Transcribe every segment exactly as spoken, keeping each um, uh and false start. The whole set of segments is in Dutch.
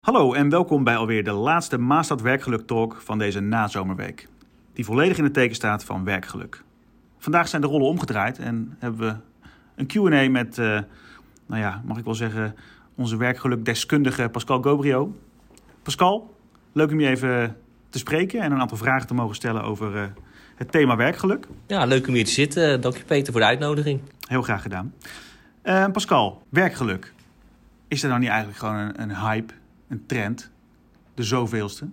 Hallo en welkom bij alweer de laatste Maastad Werkgeluk Talk van deze nazomerweek. Die volledig in het teken staat van werkgeluk. Vandaag zijn de rollen omgedraaid en hebben we een Q en A met, uh, nou ja, mag ik wel zeggen, onze werkgelukdeskundige Pascal Gobrio. Pascal, leuk om je even te spreken en een aantal vragen te mogen stellen over uh, het thema werkgeluk. Ja, leuk om hier te zitten. Dank je Peter voor de uitnodiging. Heel graag gedaan. Uh, Pascal, werkgeluk. Is dat nou niet eigenlijk gewoon een, een hype? Een trend, de zoveelste?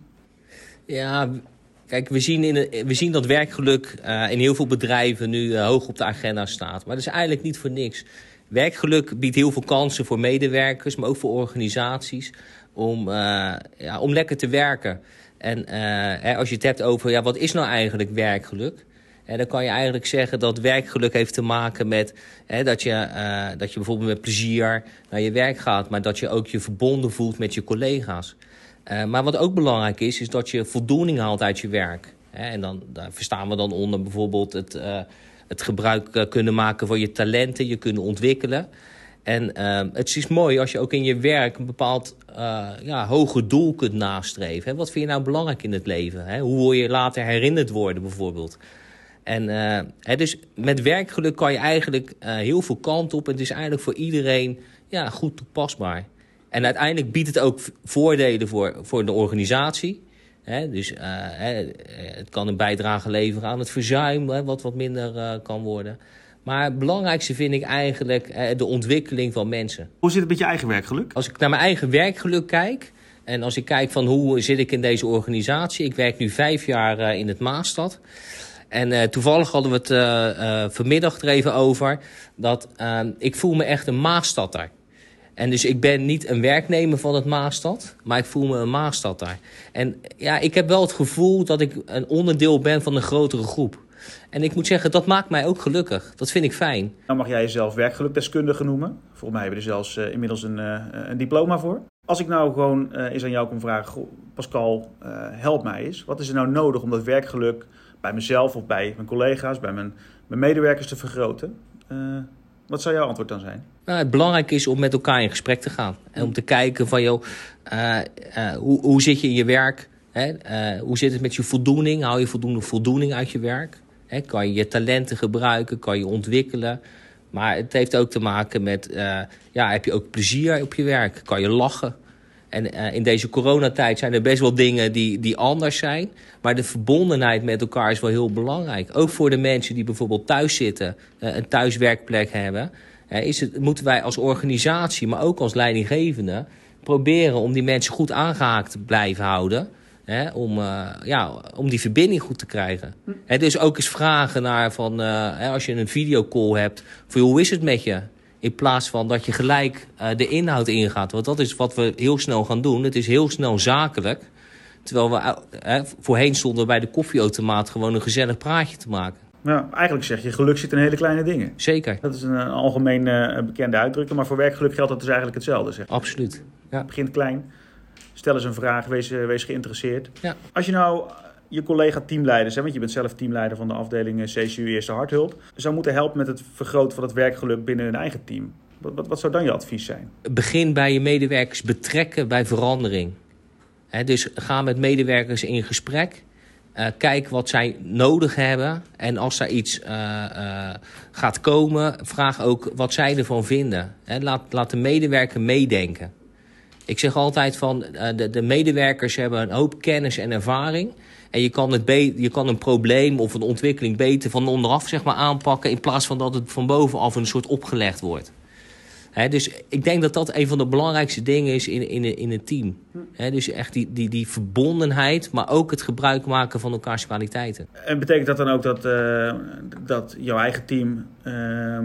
Ja, kijk, we zien, in de, we zien dat werkgeluk uh, in heel veel bedrijven nu uh, hoog op de agenda staat. Maar dat is eigenlijk niet voor niks. Werkgeluk biedt heel veel kansen voor medewerkers, maar ook voor organisaties om, uh, ja, om lekker te werken. En uh, hè, als je het hebt over, ja, wat is nou eigenlijk werkgeluk? En dan kan je eigenlijk zeggen dat werkgeluk heeft te maken met hè, dat, je, uh, dat je bijvoorbeeld met plezier naar je werk gaat, maar dat je ook je verbonden voelt met je collega's. Uh, maar wat ook belangrijk is, is dat je voldoening haalt uit je werk. Hè, en dan, daar verstaan we dan onder bijvoorbeeld het, uh, het gebruik uh, kunnen maken van je talenten, je kunnen ontwikkelen. En uh, het is mooi als je ook in je werk een bepaald uh, ja, hoger doel kunt nastreven. Hè. Wat vind je nou belangrijk in het leven? Hè? Hoe wil je later herinnerd worden bijvoorbeeld? En uh, hè, dus met werkgeluk kan je eigenlijk uh, heel veel kant op. En het is eigenlijk voor iedereen ja, goed toepasbaar. En uiteindelijk biedt het ook voordelen voor, voor de organisatie. Hè, dus uh, hè, het kan een bijdrage leveren aan het verzuim, hè, wat wat minder uh, kan worden. Maar het belangrijkste vind ik eigenlijk uh, de ontwikkeling van mensen. Hoe zit het met je eigen werkgeluk? Als ik naar mijn eigen werkgeluk kijk, en als ik kijk van hoe zit ik in deze organisatie. Ik werk nu vijf jaar uh, in het Maastad. En uh, toevallig hadden we het uh, uh, vanmiddag er even over dat uh, ik voel me echt een Maastadder. En dus ik ben niet een werknemer van het Maastad, maar ik voel me een Maastadder. En ja, ik heb wel het gevoel dat ik een onderdeel ben van een grotere groep. En ik moet zeggen, dat maakt mij ook gelukkig. Dat vind ik fijn. Nou mag jij jezelf werkgelukdeskundige noemen. Volgens mij hebben we er zelfs uh, inmiddels een, uh, een diploma voor. Als ik nou gewoon uh, eens aan jou kon vragen, goh, Pascal, uh, help mij eens. Wat is er nou nodig om dat werkgeluk bij mezelf of bij mijn collega's, bij mijn, mijn medewerkers te vergroten? Uh, wat zou jouw antwoord dan zijn? Nou, het belangrijk is om met elkaar in gesprek te gaan. En om te kijken van, joh, uh, uh, hoe, hoe zit je in je werk? Hè? Uh, hoe zit het met je voldoening? Haal je voldoende voldoening uit je werk? Hè? Kan je je talenten gebruiken? Kan je ontwikkelen? Maar het heeft ook te maken met, uh, ja, heb je ook plezier op je werk? Kan je lachen? En uh, in deze coronatijd zijn er best wel dingen die, die anders zijn. Maar de verbondenheid met elkaar is wel heel belangrijk. Ook voor de mensen die bijvoorbeeld thuis zitten, uh, een thuiswerkplek hebben. Uh, is het, moeten wij als organisatie, maar ook als leidinggevende, proberen om die mensen goed aangehaakt te blijven houden. Hè, om, uh, ja, om die verbinding goed te krijgen. Hm. Hè, dus ook eens vragen naar van, uh, hè, als je een videocall hebt, van, hoe is het met je? In plaats van dat je gelijk uh, de inhoud ingaat. Want dat is wat we heel snel gaan doen. Het is heel snel zakelijk. Terwijl we uh, voorheen stonden bij de koffieautomaat gewoon een gezellig praatje te maken. Nou, eigenlijk zeg je, geluk zit in hele kleine dingen. Zeker. Dat is een, een algemeen uh, bekende uitdrukking. Maar voor werkgeluk geldt dat dus eigenlijk hetzelfde. Zeg. Absoluut. Ja. Begint klein. Stel eens een vraag. Wees, uh, wees geïnteresseerd. Ja. Als je nou je collega-teamleiders, hè, want je bent zelf teamleider van de afdeling C C U Eerste Harthulp, zou moeten helpen met het vergroten van het werkgeluk binnen hun eigen team. Wat, wat, wat zou dan je advies zijn? Begin bij je medewerkers betrekken bij verandering. He, dus ga met medewerkers in gesprek. Uh, kijk wat zij nodig hebben. En als er iets uh, uh, gaat komen, vraag ook wat zij ervan vinden. He, laat, laat de medewerker meedenken. Ik zeg altijd van, uh, de, de medewerkers hebben een hoop kennis en ervaring. En je kan, het be- je kan een probleem of een ontwikkeling beter van onderaf zeg maar, aanpakken, in plaats van dat het van bovenaf een soort opgelegd wordt. He, dus ik denk dat dat een van de belangrijkste dingen is in, in, in een team. He, dus echt die, die, die verbondenheid, maar ook het gebruik maken van elkaars kwaliteiten. En betekent dat dan ook dat, uh, dat jouw eigen team uh,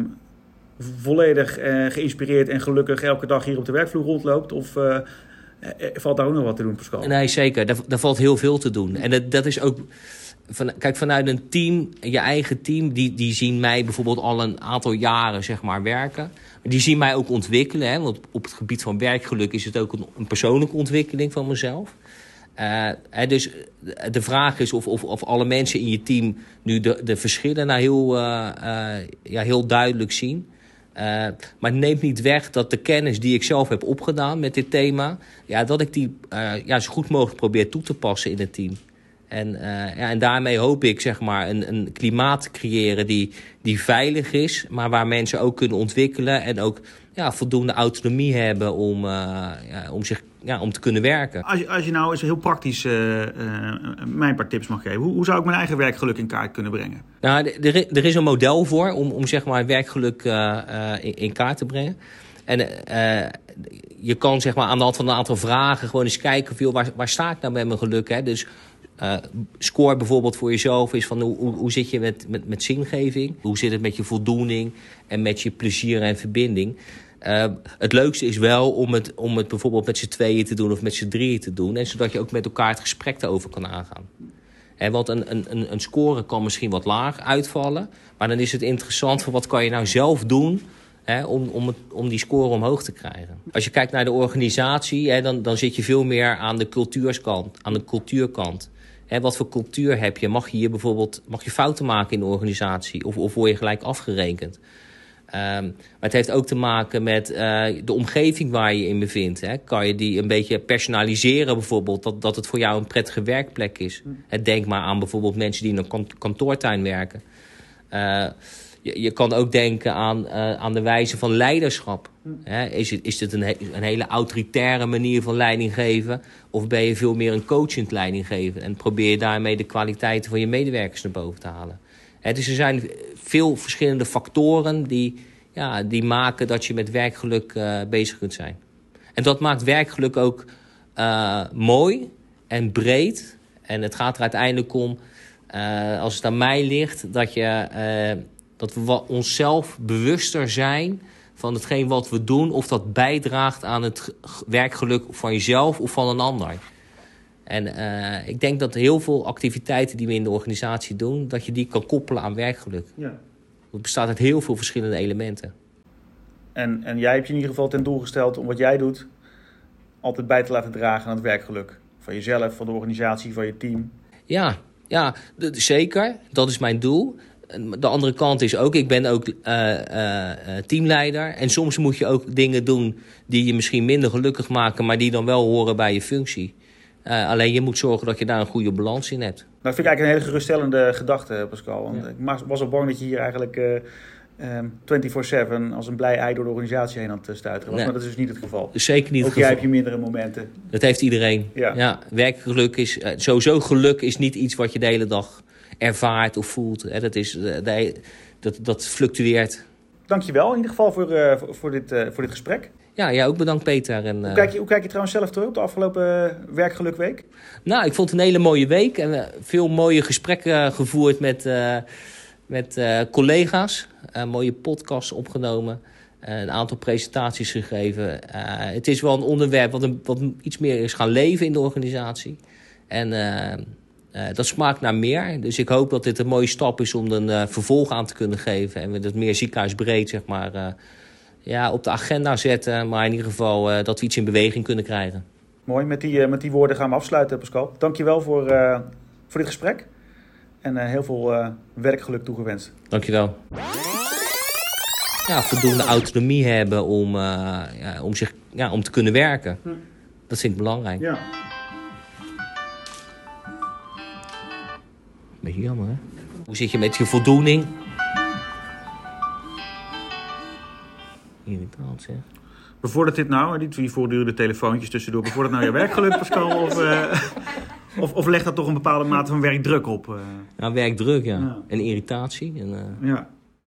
volledig uh, geïnspireerd en gelukkig elke dag hier op de werkvloer rondloopt? Of uh, valt daar ook nog wat te doen, Pascal? Nee, zeker. Daar, daar valt heel veel te doen. En dat, dat is ook... Van, kijk, vanuit een team, je eigen team, die, die zien mij bijvoorbeeld al een aantal jaren zeg maar, werken. Die zien mij ook ontwikkelen. Hè, want op het gebied van werkgeluk is het ook een, een persoonlijke ontwikkeling van mezelf. Uh, hè, dus de vraag is of, of, of alle mensen in je team nu de, de verschillen nou heel, uh, uh, ja, heel duidelijk zien. maar het neemt niet weg dat de kennis die ik zelf heb opgedaan met dit thema, ja, dat ik die uh, ja, zo goed mogelijk probeer toe te passen in het team. En, uh, ja, en daarmee hoop ik zeg maar, een, een klimaat te creëren die, die veilig is, maar waar mensen ook kunnen ontwikkelen en ook ja, voldoende autonomie hebben om, uh, ja, om, zich, ja, om te kunnen werken. Als je, als je nou eens heel praktisch uh, uh, mij een paar tips mag geven, hoe, hoe zou ik mijn eigen werkgeluk in kaart kunnen brengen? Nou, er, er is een model voor om, om zeg maar, werkgeluk uh, uh, in, in kaart te brengen. En uh, je kan zeg maar, aan de hand van een aantal vragen gewoon eens kijken van, waar, waar sta ik nou met mijn geluk? Hè? Dus uh, score bijvoorbeeld voor jezelf is van hoe, hoe, hoe zit je met, met, met zingeving? Hoe zit het met je voldoening en met je plezier en verbinding? Uh, het leukste is wel om het, om het bijvoorbeeld met z'n tweeën te doen of met z'n drieën te doen. En zodat je ook met elkaar het gesprek daarover kan aangaan. He, want een, een, een score kan misschien wat laag uitvallen. Maar dan is het interessant van wat kan je nou zelf doen he, om, om, het, om die score omhoog te krijgen. Als je kijkt naar de organisatie, he, dan, dan zit je veel meer aan de cultuurkant. Aan de cultuurkant. He, wat voor cultuur heb je? Mag je hier bijvoorbeeld mag je fouten maken in de organisatie? Of, of word je gelijk afgerekend? Um, maar het heeft ook te maken met uh, de omgeving waar je je in bevindt. Hè. Kan je die een beetje personaliseren bijvoorbeeld, dat, dat het voor jou een prettige werkplek is. Hm. Denk maar aan bijvoorbeeld mensen die in een kantoortuin werken. Uh, je, je kan ook denken aan, uh, aan de wijze van leiderschap. Hm. Hè. Is het, is het een, he, een hele autoritaire manier van leiding geven? Of ben je veel meer een coachend leiding geven? En probeer je daarmee de kwaliteiten van je medewerkers naar boven te halen. He, dus er zijn veel verschillende factoren die, ja, die maken dat je met werkgeluk uh, bezig kunt zijn. En dat maakt werkgeluk ook uh, mooi en breed. En het gaat er uiteindelijk om, uh, als het aan mij ligt, dat, je, uh, dat we onszelf bewuster zijn van hetgeen wat we doen, of dat bijdraagt aan het werkgeluk van jezelf of van een ander. En uh, ik denk dat heel veel activiteiten die we in de organisatie doen, dat je die kan koppelen aan werkgeluk. Ja. Het bestaat uit heel veel verschillende elementen. En, en jij hebt je in ieder geval ten doel gesteld om wat jij doet altijd bij te laten dragen aan het werkgeluk. Van jezelf, van de organisatie, van je team. Ja, ja d- zeker. Dat is mijn doel. De andere kant is ook, ik ben ook uh, uh, teamleider. En soms moet je ook dingen doen die je misschien minder gelukkig maken, maar die dan wel horen bij je functie. Uh, alleen je moet zorgen dat je daar een goede balans in hebt. Nou, dat vind ik eigenlijk een hele geruststellende gedachte, Pascal. Want ja. Ik was al bang dat je hier eigenlijk uh, um, vierentwintig zeven als een blij ei door de organisatie heen aan het stuiteren was. Nee. Maar dat is dus niet het geval. Zeker niet ook het geval. Jij hebt je mindere momenten. Dat heeft iedereen. Ja. Ja, werkgeluk is, uh, sowieso geluk is niet iets wat je de hele dag ervaart of voelt. Hè. Dat, is, uh, de, dat, dat fluctueert. Dankjewel in ieder geval voor, uh, voor, voor, dit, uh, voor dit gesprek. Ja, jij ook bedankt, Peter. En, uh... hoe, kijk je, hoe kijk je trouwens zelf terug op de afgelopen uh, werkgelukweek? Nou, ik vond het een hele mooie week. En uh, veel mooie gesprekken gevoerd met, uh, met uh, collega's. Uh, mooie podcasts opgenomen. Uh, een aantal presentaties gegeven. Uh, het is wel een onderwerp wat, een, wat iets meer is gaan leven in de organisatie. En uh, uh, dat smaakt naar meer. Dus ik hoop dat dit een mooie stap is om een uh, vervolg aan te kunnen geven. En we dat meer ziekenhuisbreed, zeg maar... Uh, Ja, op de agenda zetten, maar in ieder geval uh, dat we iets in beweging kunnen krijgen. Mooi, met die, uh, met die woorden gaan we afsluiten, Pascal. Dankjewel voor, uh, voor dit gesprek en uh, heel veel uh, werkgeluk toegewenst. Dankjewel. Ja, voldoende autonomie hebben om, uh, ja, om, zich, ja, om te kunnen werken. Hm. Dat vind ik belangrijk. Ja. Beetje jammer, hè? Hoe zit je met je voldoening? Irritant, zeg. Bevordert dit nou, die twee voortdurende telefoontjes tussendoor, bevordert nou je werkgeluk, Pascal? Of, uh, of, of legt dat toch een bepaalde mate van werkdruk op? Uh? Ja, werkdruk, ja. ja. En irritatie. En, uh... ja.